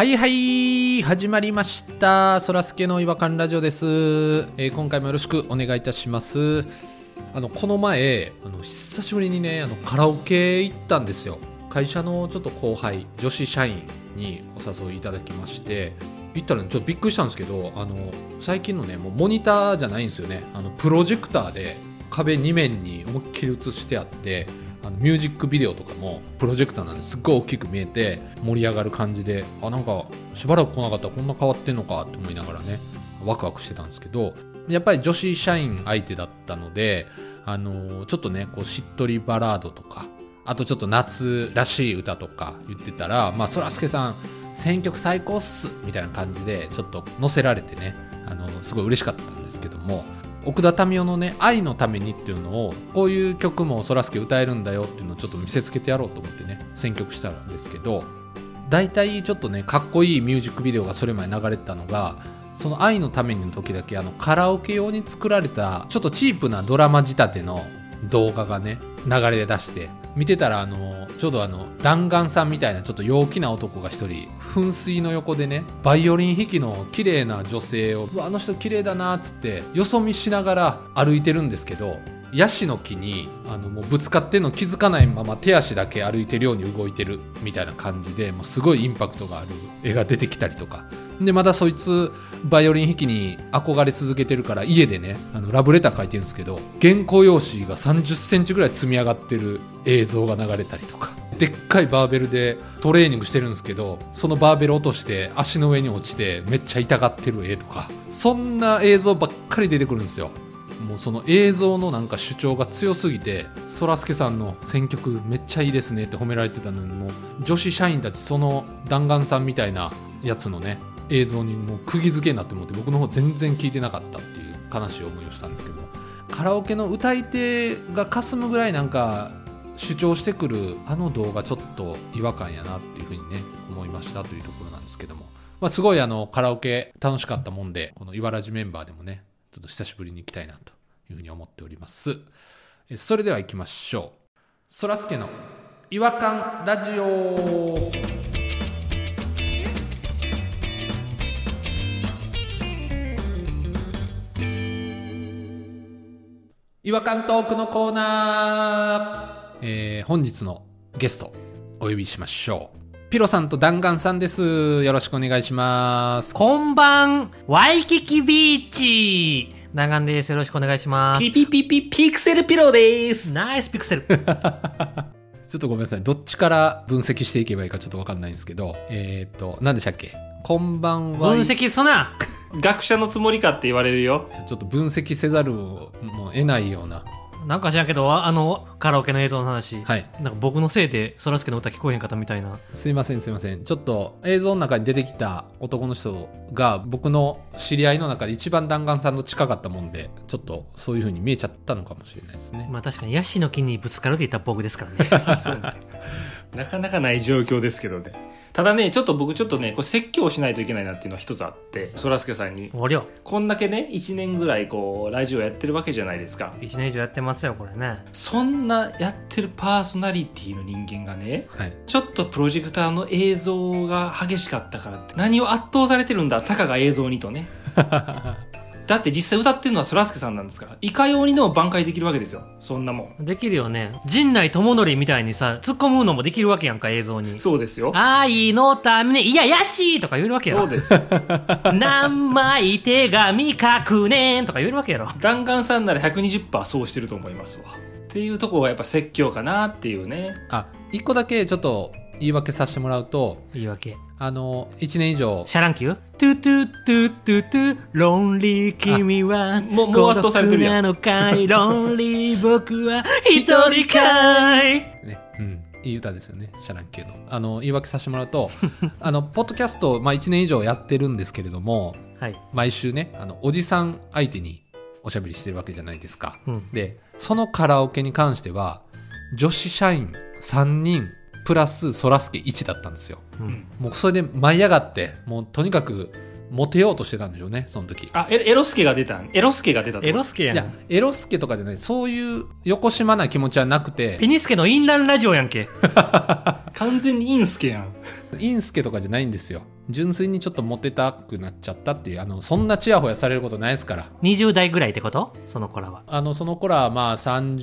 はいはい、始まりました。そらすけの違和感ラジオです。今回もよろしくお願いいたします。この前久しぶりにねカラオケ行ったんですよ。会社のちょっと後輩女子社員にお誘いいただきまして行ったら、ちょっとびっくりしたんですけど最近のねもうモニターじゃないんですよね。プロジェクターで壁2面に思いっきり映してあって、ミュージックビデオとかもプロジェクターなんですっごい大きく見えて盛り上がる感じで、なんかしばらく来なかったらこんな変わってんのかと思いながらねワクワクしてたんですけど、やっぱり女子社員相手だったのでちょっとねこうしっとりバラードとか、あとちょっと夏らしい歌とか言ってたら、そらすけさん選曲最高っすみたいな感じでちょっと乗せられてねすごい嬉しかったんですけども、奥田民生のね愛のためにっていうのを、こういう曲もそらすけ歌えるんだよっていうのをちょっと見せつけてやろうと思ってね選曲したんですけど、だいたいちょっとねかっこいいミュージックビデオがそれまで流れてたのが、その愛のためにの時だけカラオケ用に作られたちょっとチープなドラマ仕立ての動画がね流れで出して、見てたらちょうど弾丸さんみたいなちょっと陽気な男が一人噴水の横でねバイオリン弾きの綺麗な女性を、あの人綺麗だなっつってよそ見しながら歩いてるんですけど、ヤシの木にもうぶつかってんの気づかないまま手足だけ歩いてるように動いてるみたいな感じで、もうすごいインパクトがある絵が出てきたりとかで、まだそいつバイオリン弾きに憧れ続けてるから家でねラブレター書いてるんですけど、原稿用紙が30センチぐらい積み上がってる映像が流れたりとか、でっかいバーベルでトレーニングしてるんですけど、そのバーベル落として足の上に落ちてめっちゃ痛がってる絵とか、そんな映像ばっかり出てくるんですよ。もうその映像のなんか主張が強すぎて、そらすけさんの選曲めっちゃいいですねって褒められてたのに、もう女子社員たちその弾丸さんみたいなやつのね映像にもう釘付けになって思って、僕の方全然聞いてなかったっていう悲しい思いをしたんですけど、カラオケの歌い手が霞むぐらいなんか主張してくる動画ちょっと違和感やなっていうふうにね思いましたというところなんですけども、すごいカラオケ楽しかったもんで、このいわらじメンバーでもねちょっと久しぶりに行きたいなというふうに思っております。それでは行きましょう。そらすけの違和感ラジオ。違和感トークのコーナー、本日のゲストお呼びしましょう。ピロさんと弾丸さんです。よろしくお願いします。 こんばん、ワイキキビーチ弾丸です。よろしくお願いします。 ピクセルピローです。 ナイスピクセル。 ちょっとごめんなさい。どっちから分析していけばいいかちょっと分かんないんですけど、何でしたっけ？こんばんは。 分析すな。 学者のつもりかって言われるよ。 ちょっと分析せざるをもう得ないような。 なんか知らんけど、カラオケの映像の話。 はい。 なんか僕のせいで、そらすけの歌聞こえへんかったみたいな。 すいません。ちょっと映像の中に出てきた男の人が僕の知り合いの中で一番弾丸さんと近かったもんで、ちょっとそういう風に見えちゃったのかもしれないですね。 確かにヤシの木にぶつかるって言ったら僕ですからね。 そうね。なかなかない状況ですけどね。ただね、僕ちょっとね、これ説教しないといけないなっていうのは一つあって、そらすけさんに。こんだけね、1年ぐらいラジオやってるわけじゃないですか。 1年以上やってますよ、これね。 そんなやってるパーソナリティの人間がね、 はい、 ちょっとプロジェクターの映像が激しかったからって、何を圧倒されてるんだ、たかが映像にとね。だって実際歌ってるのはそらすけさんなんですから、いかようにでも挽回できるわけですよ。そんなもんできるよね。陣内智則みたいにさ突っ込むのもできるわけやんか、映像に。 そうですよ。 愛のためにいやヤシーとか言えるわけやろ。 そうですよ。 何枚手紙書くねんとか言えるわけやろ。 弾丸さんなら 120% そうしてると思いますわっていうところがやっぱ説教かなっていうね。 一個だけちょっと言い訳させてもらうと、 言い訳、 1年以上シャランキュートゥトゥトゥトゥトゥロンリー君はもう圧倒されてるやん。 孤独なのかいロンリー僕は一人かい、 ね、いい歌ですよね、シャランキューの。言い訳させてもらうとポッドキャスト、1年以上やってるんですけれども、 はい、 毎週ねおじさん相手におしゃべりしてるわけじゃないですか、 うん、 でそのカラオケに関しては女子社員3人プラスそらすけ1だったんですよ、もうそれで舞い上がって、もうとにかくモテようとしてたんでしょうね、その時。 エロスケが出た。エロスケが出たと。 エロスケやん。 いや、エロスケとかじゃない、そういうよこしまな気持ちはなくて、 ペニスケのインランラジオやんけ。 完全にインスケやん。 インスケとかじゃないんですよ。 純粋にちょっとモテたくなっちゃったっていうそんなチヤホヤされることないですから。 20代ぐらいってこと？その子らは。 その頃はまあ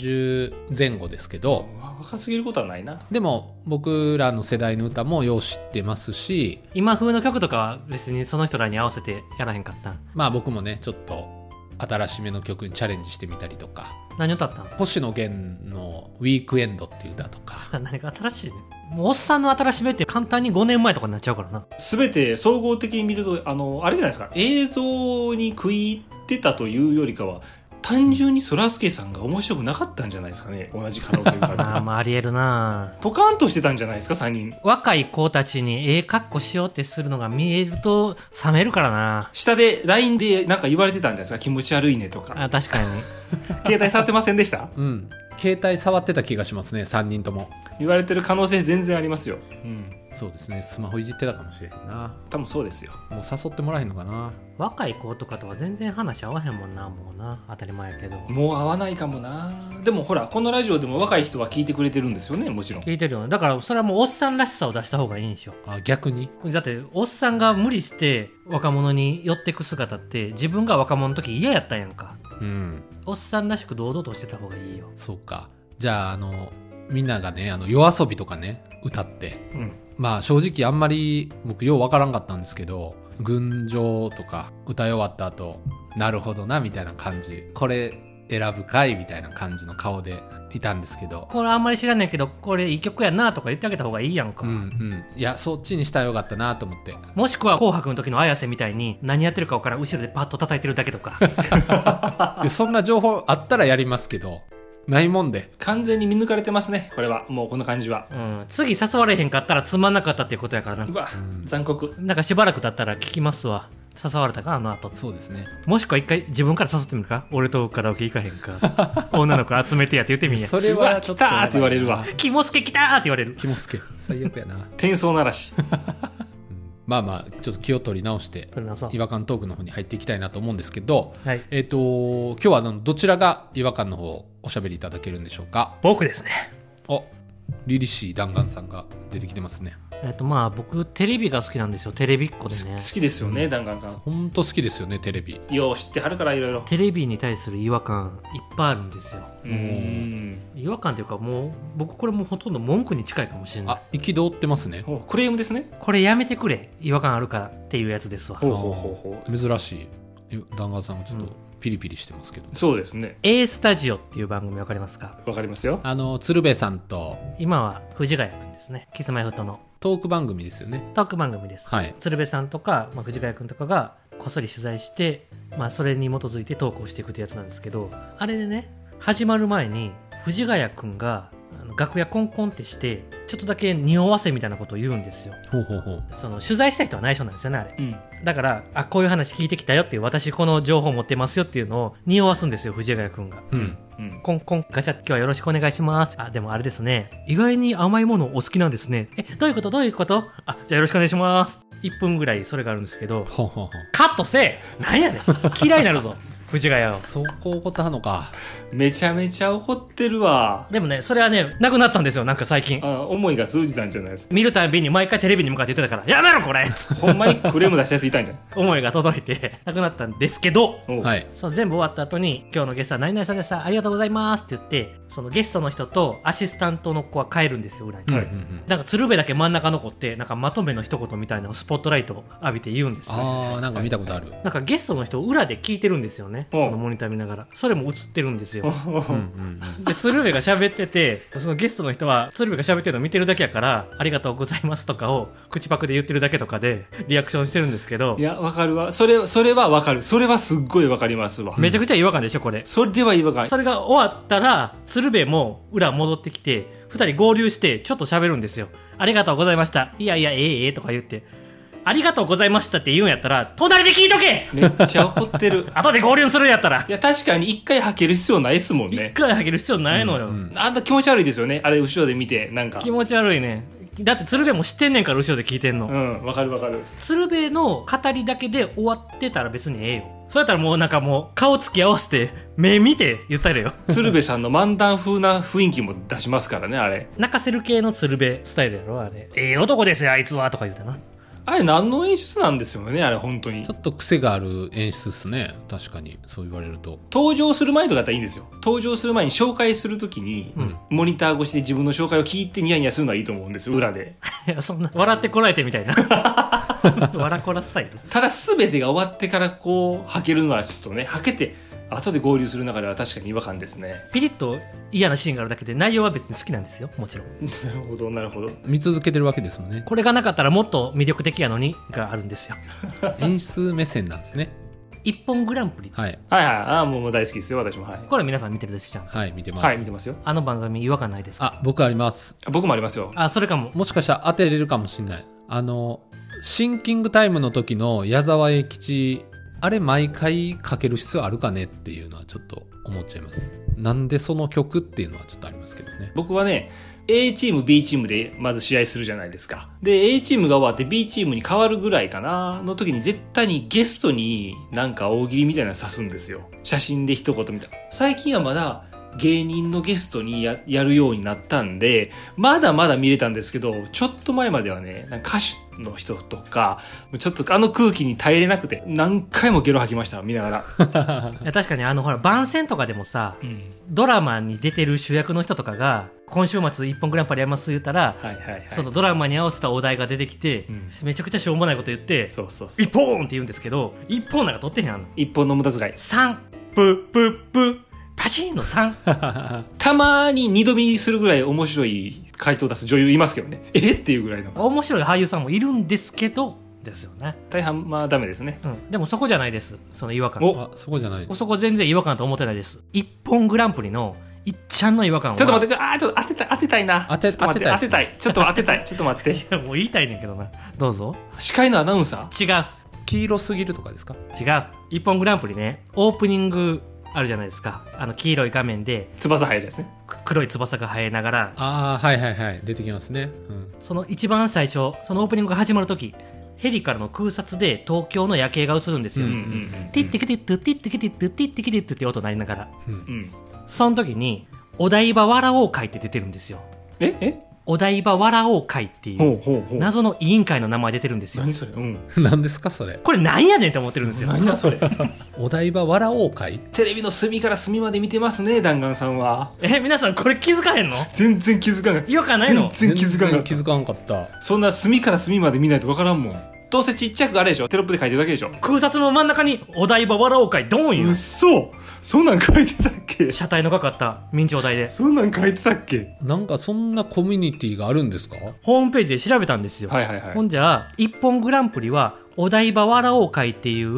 30前後ですけど、 若すぎることはないな。 でも僕らの世代の歌もよう知ってますし、 今風の曲とかは別にその人らに合わせてやらへんかったん？ まあ僕もねちょっと新しめの曲にチャレンジしてみたりとか、 何歌ったん？ 星野源のウィークエンドっていう歌とか。 何が新しいね。もうおっさんの新しめって簡単に5年前とかになっちゃうからな。 全て総合的に見ると、あれじゃないですか、映像に食い入ってたというよりかは、単純にそらすけさんが面白くなかったんじゃないですかね。同じカラオケ歌でまあありえるな。 ポカーンとしてたんじゃないですか、3人。 若い子たちに格好しようってするのが見えると冷めるからな。 下で LINE でなんか言われてたんじゃないですか、気持ち悪いねとか。 あ、確かに。 携帯触ってませんでした？ うん。携帯触ってた気がしますね、3人とも。 言われてる可能性全然ありますよ。 そうですね、スマホいじってたかもしれへんな。 多分そうですよ。 もう誘ってもらえへんのかな。 若い子とかとは全然話合わへんもんな、もうな。当たり前やけど。 もう合わないかもな。でもほら、このラジオでも若い人は聞いてくれてるんですよね、もちろん。 聞いてるよね。だからそれはもうおっさんらしさを出した方がいいんでしょ。 あ、逆に。 だっておっさんが無理して若者に寄ってく姿って自分が若者の時嫌やったんやんか。 うん。 おっさんらしく堂々としてた方がいいよ。 そうか。じゃあみんながね夜遊びとかね歌って、まあ正直あんまり僕ようわからんかったんですけど、群青とか歌い終わった後、なるほどなみたいな感じ、これ選ぶかいみたいな感じの顔でいたんですけど、 これあんまり知らないけどこれいい曲やなとか言ってあげた方がいいやんか。 いやそっちにしたらよかったなと思って。 もしくは紅白の時の綾瀬みたいに何やってるか分からん後ろでパッと叩いてるだけとか。 そんな情報あったらやりますけど、ないもんで。 完全に見抜かれてますね、これは。もうこの感じは。 次誘われへんかったらつまんなかったっていうことやからな。 うわ、残酷。 なんかしばらく経ったら聞きますわ。誘われたかあの後。 そうですね。 もしくは一回自分から誘ってみるか。俺とカラオケ行かへんか。女の子集めてやって言ってみんや。 それはちょっと来たーって言われるわ。 キモスケ来たーって言われる。 キモスケ最悪やな。 転送ならし。 まあまあちょっと気を取り直して違和感トークの方に入っていきたいなと思うんですけど、 はい、 今日はどちらが違和感の方をおしゃべりいただけるんでしょうか。 僕ですね。 お、凛々しい弾丸さんが出てきてますね。 まあ僕テレビが好きなんですよ。テレビっ子でね。 好きですよね、弾丸さん。 本当好きですよね、テレビ。 よう知ってはるから、いろいろ。 テレビに対する違和感いっぱいあるんですよ。違和感というか、もう僕これもうほとんど文句に近いかもしれない。 あ、憤ってますね。 クレームですね。 これやめてくれ、違和感あるからっていうやつですわ。 珍しい。弾丸さんがちょっとピリピリしてますけど、 そうですね。 A スタジオっていう番組わかりますか？ わかりますよ。 鶴瓶さんと今は藤ヶ谷くんですね。キスマイフットのトーク番組ですよね。 トーク番組です、 はい、 鶴瓶さんとか、藤ヶ谷くんとかがこっそり取材して、それに基づいてトークをしていくってやつなんですけど、あれでね、始まる前に藤ヶ谷くんが楽屋コンコンってしてちょっとだけ匂わせみたいなことを言うんですよ。その取材した人は内緒なんですよね、あれ、だからこういう話聞いてきたよっていう、私この情報持ってますよっていうのを匂わすんですよ、藤ヶ谷くんが。コンコンガチャ今日はよろしくお願いします。でもあれですね、意外に甘いものお好きなんですね。どういうことじゃあよろしくお願いします。1分ぐらいそれがあるんですけど、カットせえ、なんやねん、嫌いになるぞ藤ヶ谷を。 そこ怒ったのか。 めちゃめちゃ怒ってるわ。 でもね、それはね、なくなったんですよ、なんか最近。 思いが通じたんじゃないですか。 見るたびに毎回テレビに向かって言ってたから、やめろこれほんまにクレーム出したやついたんじゃない思いが届いて、なくなったんですけど、 はい、 その全部終わった後に、今日のゲストは何々さんでした、ありがとうございますって言って、そのゲストの人とアシスタントの子は帰るんですよ、裏に。なんか鶴瓶だけ真ん中残って、なんかまとめの一言みたいなのをスポットライトを浴びて言うんですよ。 なんか見たことある。 なんかゲストの人を裏で聞いてるんですよね、そのモニター見ながら。それも映ってるんですよ。で鶴瓶が喋ってて、そのゲストの人は鶴瓶が喋ってるの見てるだけやから、ありがとうございますとかを口パクで言ってるだけとかでリアクションしてるんですけど、 いやわかるわ。それはわかる。それはすっごいわかりますわ。 めちゃくちゃ違和感でしょこれ。 それは違和感。 それが終わったら鶴瓶も裏戻ってきて、2人合流してちょっと喋るんですよ。ありがとうございました、いやいやとか言って、ありがとうございましたって言うんやったら隣で聞いとけ。 めっちゃ怒ってる後で合流するんやったら。 いや確かに一回吐ける必要ないっすもんね。 一回吐ける必要ないのよ、 あんた気持ち悪いですよね、あれ後ろで見て。なんか気持ち悪いね。だって鶴瓶も知ってんねんから後ろで聞いてんの。 わかるわかる。 鶴瓶の語りだけで終わってたら別にええよ。そうやったらもうなんかもう顔つき合わせて目見て言ったらよ。 鶴瓶さんの漫談風な雰囲気も出しますからね、あれ。 泣かせる系の鶴瓶スタイルやろあれ。ええ男ですよあいつはとか言うてな。 あれ何の演出なんですよね、あれ本当にちょっと癖がある演出っすね。確かにそう言われると。 登場する前とかだったらいいんですよ。登場する前に紹介するときに、モニター越しで自分の紹介を聞いてニヤニヤするのはいいと思うんですよ、裏で。 いやそんな笑ってこらえてみたいな笑こらスタイル。 ただ全てが終わってからこう、吐けるのはちょっとね、吐けて、後で合流する中では確かに違和感ですね。 ピリッと嫌なシーンがあるだけで内容は別に好きなんですよ、もちろん。 なるほど、なるほど。 見続けてるわけですもんね。 これがなかったらもっと魅力的やのにがあるんですよ。 演出目線なんですね。 一本グランプリ、 はいはいはい。ああ、もう大好きですよ、私も。はい。 これ皆さん見てるでしょ、ちゃんと。 はい、見てます。 はい、見てますよ。 あの番組違和感ないですか？ あ、僕あります。 僕もありますよ。 あ、それかも。 もしかしたら当てれるかもしれない。シンキングタイムの時の矢沢永吉、あれ毎回かける必要あるかねっていうのはちょっと思っちゃいます。なんでその曲っていうのはちょっとありますけどね。 僕はね、A チーム B チームでまず試合するじゃないですか。で A チームが終わって B チームに変わるぐらいかなの時に絶対にゲストになんか大喜利みたいなの刺すんですよ。写真で一言みたいな。最近はまだ芸人のゲストに やるようになったんで、まだまだ見れたんですけど、ちょっと前まではね、なんか歌手の人とか、ちょっとあの空気に耐えれなくて、何回もゲロ吐きました、見ながら。 いや確かにほら番宣とかでもさ、ドラマに出てる主役の人とかが今週末一本グランプリやります言ったら、 はいはいはい。 そのドラマに合わせたお題が出てきて、めちゃくちゃしょうもないこと言ってそうそうそう。 一本って言うんですけど、一本なんか取ってへんやん。 一本の無駄遣い。 3プププパチンの3 たまに二度見するぐらい面白い回答を出す女優いますけどね。えっていうぐらいの。 面白い俳優さんもいるんですけどですよね。 大半まあダメですね。 でもそこじゃないです、その違和感。 あ、そこじゃない。 そこ全然違和感と思ってないです。一本グランプリのいっちゃんの違和感は。 ちょっと待って、ちょっと当てたいな。 当てたいですね当てたい。ちょっと当てたい。ちょっと待って。 いやもう言いたいねんけどな。どうぞ。 司会のアナウンサー？ 違う黄色すぎるとかですか？ 違う。一本グランプリね、オープニングあるじゃないですか。黄色い画面で翼生えるですね。 黒い翼が生えながら、 ああ、はいはいはい。出てきますね。 その一番最初、そのオープニングが始まるとき、ヘリからの空撮で東京の夜景が映るんですよ。ティッティキティットティッティキティットティッティキティットって音鳴りながら、その時にお台場笑おう会って出てるんですよ。お台場笑おう会っていう謎の委員会の名前出てるんですよ。 何それ？ 何ですかそれ？ これなんやねんって思ってるんですよ。 何やそれ？ お台場笑おう会？ テレビの隅から隅まで見てますね、弾丸さんは。 皆さんこれ気づかへんの？ 全然気づかない。 違和感ないの？ 全然気づかなかった。 気づかんかった。 そんな隅から隅まで見ないとわからんもん。どうせちっちゃくあれでしょ、テロップで書いてるだけでしょ。 空撮の真ん中にお台場笑おう会ドーンよ。 嘘、そんなん書いてたっけ？ 車体のかかった明朝体で。 そんなん書いてたっけ？ なんかそんなコミュニティがあるんですか？ ホームページで調べたんですよ。ほんじゃ一本グランプリはお台場笑おう会っていう、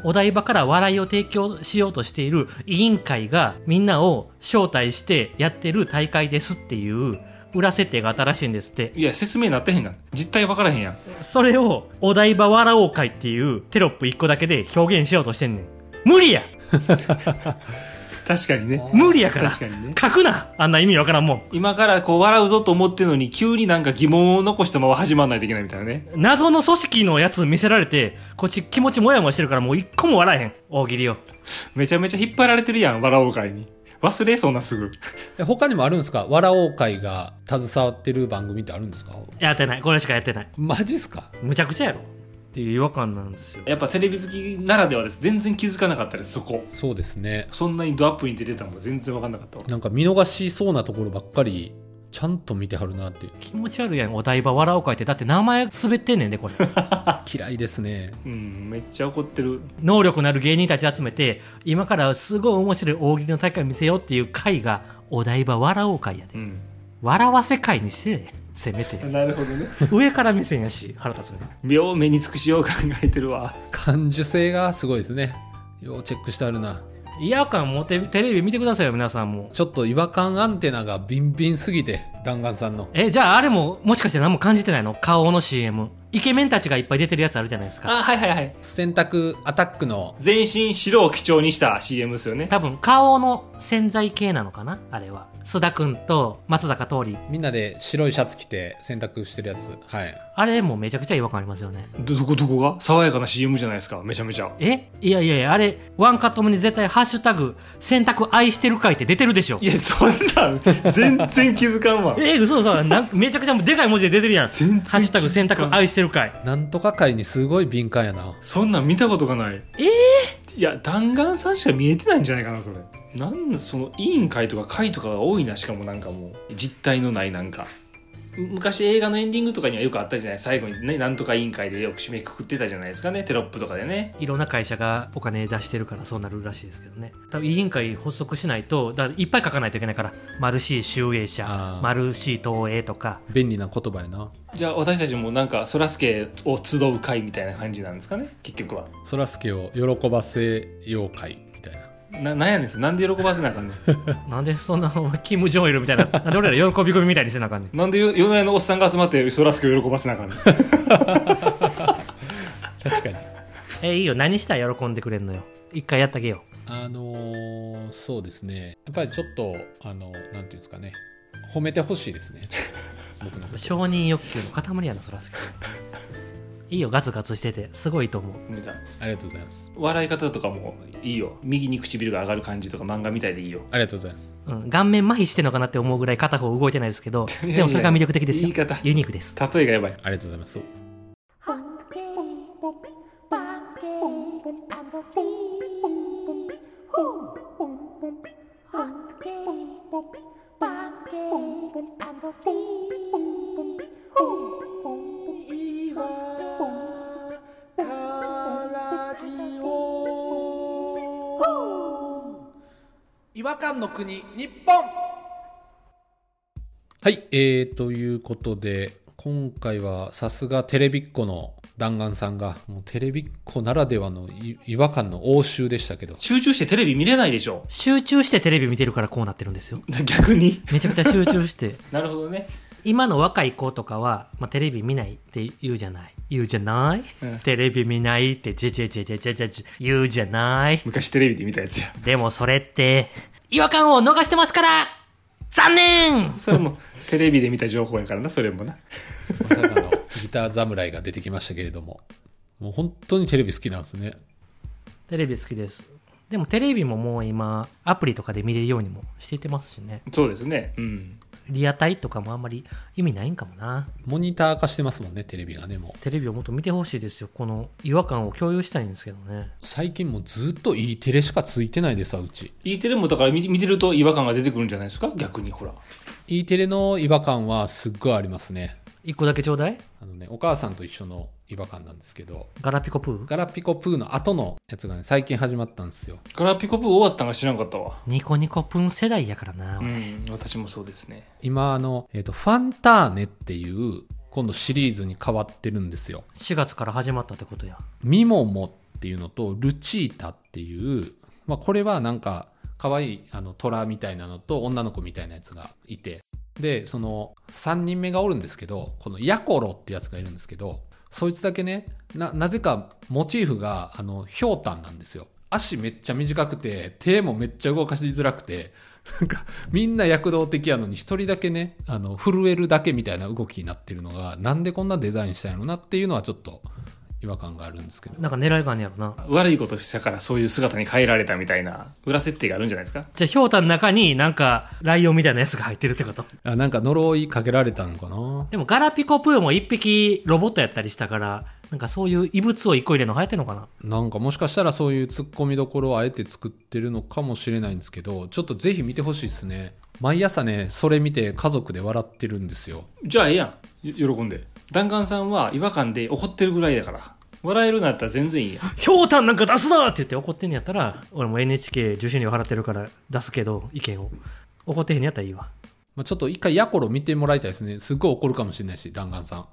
お台場から笑いを提供しようとしている委員会がみんなを招待してやってる大会ですっていう裏設定が新しいんですって。 いや、説明なってへんがん。実態分からへんやん。 それをお台場笑おう会っていうテロップ1個だけで表現しようとしてんねん。無理や確かにね。 無理やから。 確かにね。 書くな、あんな意味わからんもん。 今からこう笑うぞと思ってるのに、急になんか疑問を残したまま始まんないといけないみたいなね。 謎の組織のやつ見せられて、こっち気持ちもやもやしてるからもう一個も笑えへん。大喜利を。 めちゃめちゃ引っ張られてるやん、笑おう会に。忘れそうなすぐ。 他にもあるんですか？笑おう会が携わってる番組ってあるんですか？ やってない。これしかやってない。 マジっすか？ むちゃくちゃやろっていう違和感なんですよ。 やっぱテレビ好きならではです。全然気づかなかったです、そこ。 そうですね。 そんなにドアップに出てたのも全然分かんなかったわ。 なんか見逃しそうなところばっかりちゃんと見てはるなっていう。 気持ち悪いやん、お台場笑おう会って。だって名前滑ってんねんで、これ。 嫌いですね。 めっちゃ怒ってる。 能力のある芸人たち集めて、今からすごい面白い大喜利の大会を見せようっていう会がお台場笑おう会やで。笑わせ会にせえ、せめて。 なるほどね。 上から目線やし、腹立つね。 秒目につくしよう考えてるわ。 感受性がすごいですね。ようチェックしてあるな。 違和感持ってテレビ見てくださいよ、皆さんも。 ちょっと違和感アンテナがビンビンすぎて、弾丸さんの。 じゃああれももしかして何も感じてないの？顔の CM。イケメンたちがいっぱい出てるやつあるじゃないですか。 はいはいはい。 洗濯アタックの全身白を基調にした CM ですよね。 多分顔の洗剤系なのかなあれは。 須田くんと松坂桃李。 みんなで白いシャツ着て洗濯してるやつ。はい。 あれもめちゃくちゃ違和感ありますよね。 どこが爽やかな CM じゃないですか。めちゃめちゃ。 いや、あれ、ワンカット目に絶対ハッシュタグ、洗濯愛してる会って出てるでしょ。 いや、そんなん全然気づかんわ。 嘘めちゃくちゃでかい文字で出てるやん。ハッシュタグ洗濯愛してる会。 なんとか会にすごい敏感やな。 そんなん見たことがない。いや、弾丸さんしか見えてないんじゃないかな、それ。その委員会とか会とかが多いな。しかもなんかもう実体のないなんか昔映画のエンディングとかにはよくあったじゃない。最後にね、なんとか委員会でよく締めくくってたじゃないですかね、テロップとかでね。 いろんな会社がお金出してるからそうなるらしいですけどね。多分委員会発足しないと、だからいっぱい書かないといけないから、マルシー集英社、マルシー東映とか。 便利な言葉やな。 じゃあ私たちもなんかそらすけを集う会みたいな感じなんですかね、結局は。 そらすけを喜ばせよう会みたいな。 なんやねん、なんで喜ばせなあかんねん。 なんでそんなキム・ジョンイルみたいな、なんで俺ら喜び組みたいにしてなあかんねん。 なんで夜な夜のおっさんが集まってそらすけを喜ばせなあかんねん。 確かに。 いいよ、何したら喜んでくれんのよ。一回やってあげよう。そうですね。やっぱりちょっとなんていうんですかね、褒めてほしいですね。僕のこと。 承認欲求の塊やな、そらすけ。いいよ、ガツガツしててすごいと思う。 ありがとうございます。 笑い方とかもいいよ。右に唇が上がる感じとか漫画みたいでいいよ。 ありがとうございます。 顔面麻痺してんのかなって思うぐらい片方動いてないですけど、でもそれが魅力的ですよ。 言い方、 ユニークです。 例えがやばい。 ありがとうございます。違和感の国日本。はい、ということで今回はさすがテレビっ子の弾丸さんがもうテレビっ子ならではの違和感の応酬でしたけど、 集中してテレビ見れないでしょ。 集中してテレビ見てるからこうなってるんですよ。 逆にめちゃくちゃ集中してなるほどね。 今の若い子とかは、テレビ見ないって言うじゃない、うん、テレビ見ないって言うじゃない。 昔テレビで見たやつや。 でもそれって違和感を逃してますから、残念。 それもテレビで見た情報やからな、それもな。 まさかのギター侍が出てきましたけれども、もう本当にテレビ好きなんですね。 テレビ好きです。でもテレビももう今アプリとかで見れるようにもしていてますしね。 そうですね。うん。 リアタイとかもあんまり意味ないんかもな。 モニター化してますもんね、テレビがね。もうテレビをもっと見てほしいですよ。この違和感を共有したいんですけどね。 最近もうずっと E テレしかついてないでさ、うち。 E テレもだから見てると違和感が出てくるんじゃないですか、逆に。ほら E テレの違和感はすっごいありますね。 一個だけちょうだい。 お母さんと一緒の違和感なんですけど、 ガラピコプー。 ガラピコプーの後のやつがね、最近始まったんですよ。 ガラピコプー終わったんが知らんかったわ。 ニコニコプン世代やからな。 うん、私もそうですね。 今ファンターネっていう今度シリーズに変わってるんですよ。 4月から始まったってことや。 ミモモっていうのとルチータっていう、これはなんか可愛い虎みたいなのと女の子みたいなやつがいて、でその3人目がおるんですけど、このヤコロってやつがいるんですけど、そいつだけね、なぜかモチーフがひょうたんなんですよ。足めっちゃ短くて手もめっちゃ動かしづらくて、なんかみんな躍動的やのに一人だけね震えるだけみたいな動きになってるのが、なんでこんなデザインしたんやろなっていうのはちょっと違和感があるんですけど。 なんか狙いがあんねやろな。 悪いことしたからそういう姿に変えられたみたいな裏設定があるんじゃないですか。 じゃあひょうたんの中になんかライオンみたいなやつが入ってるってこと。 なんか呪いかけられたのかな。 でもガラピコプーも一匹ロボットやったりしたから、なんかそういう異物を一個入れるの流行ってんのかな。 なんかもしかしたらそういうツッコミどころをあえて作ってるのかもしれないんですけど、ちょっとぜひ見てほしいですね。毎朝ねそれ見て家族で笑ってるんですよ。 じゃあええやん、喜んで。弾丸さんは違和感で怒ってるぐらいだから、笑えるなったら全然いいやん。 ひょうたんなんか出すなって言って怒ってんのやったら、俺も NHK 受信料払ってるから出すけど、意見を。怒ってへんのやったらいいわ。 ちょっと一回ヤコロ見てもらいたいですね。すっごい怒るかもしれないし、弾丸さん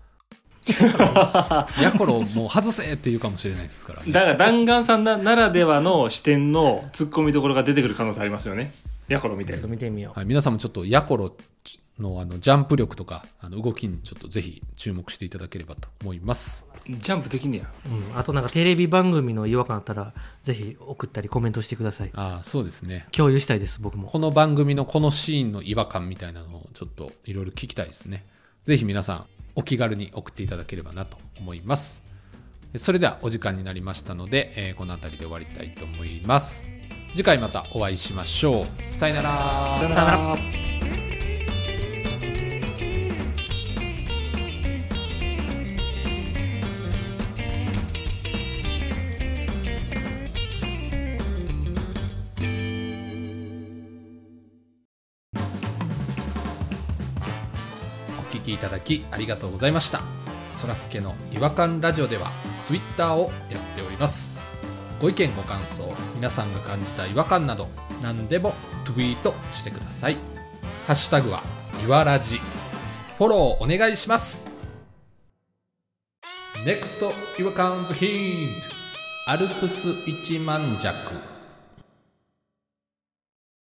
ヤコロもう外せって言うかもしれないですからね。 だから弾丸さんならではの視点のツッコミどころが出てくる可能性ありますよね。 ヤコロ見てちょっと見てみよう。 はい、皆さんもちょっとヤコロのジャンプ力とか動きにちょっとぜひ注目していただければと思います。 ジャンプできんねや。 うん、あとなんかテレビ番組の違和感あったらぜひ送ったりコメントしてください。 そうですね。 共有したいです。僕もこの番組のこのシーンの違和感みたいなのをちょっといろいろ聞きたいですね。ぜひ皆さんお気軽に送っていただければなと思います。それではお時間になりましたので、この辺りで終わりたいと思います。次回またお会いしましょう。さよなら。 さよなら。 お聞きいただきありがとうございました。そらすけの違和感ラジオではツイッターをやっております。ご意見ご感想、皆さんが感じた違和感など何でもツイートしてください。ハッシュタグはいわらじ。フォローお願いします。 NEXT 違和感ズヒント。アルプス一万尺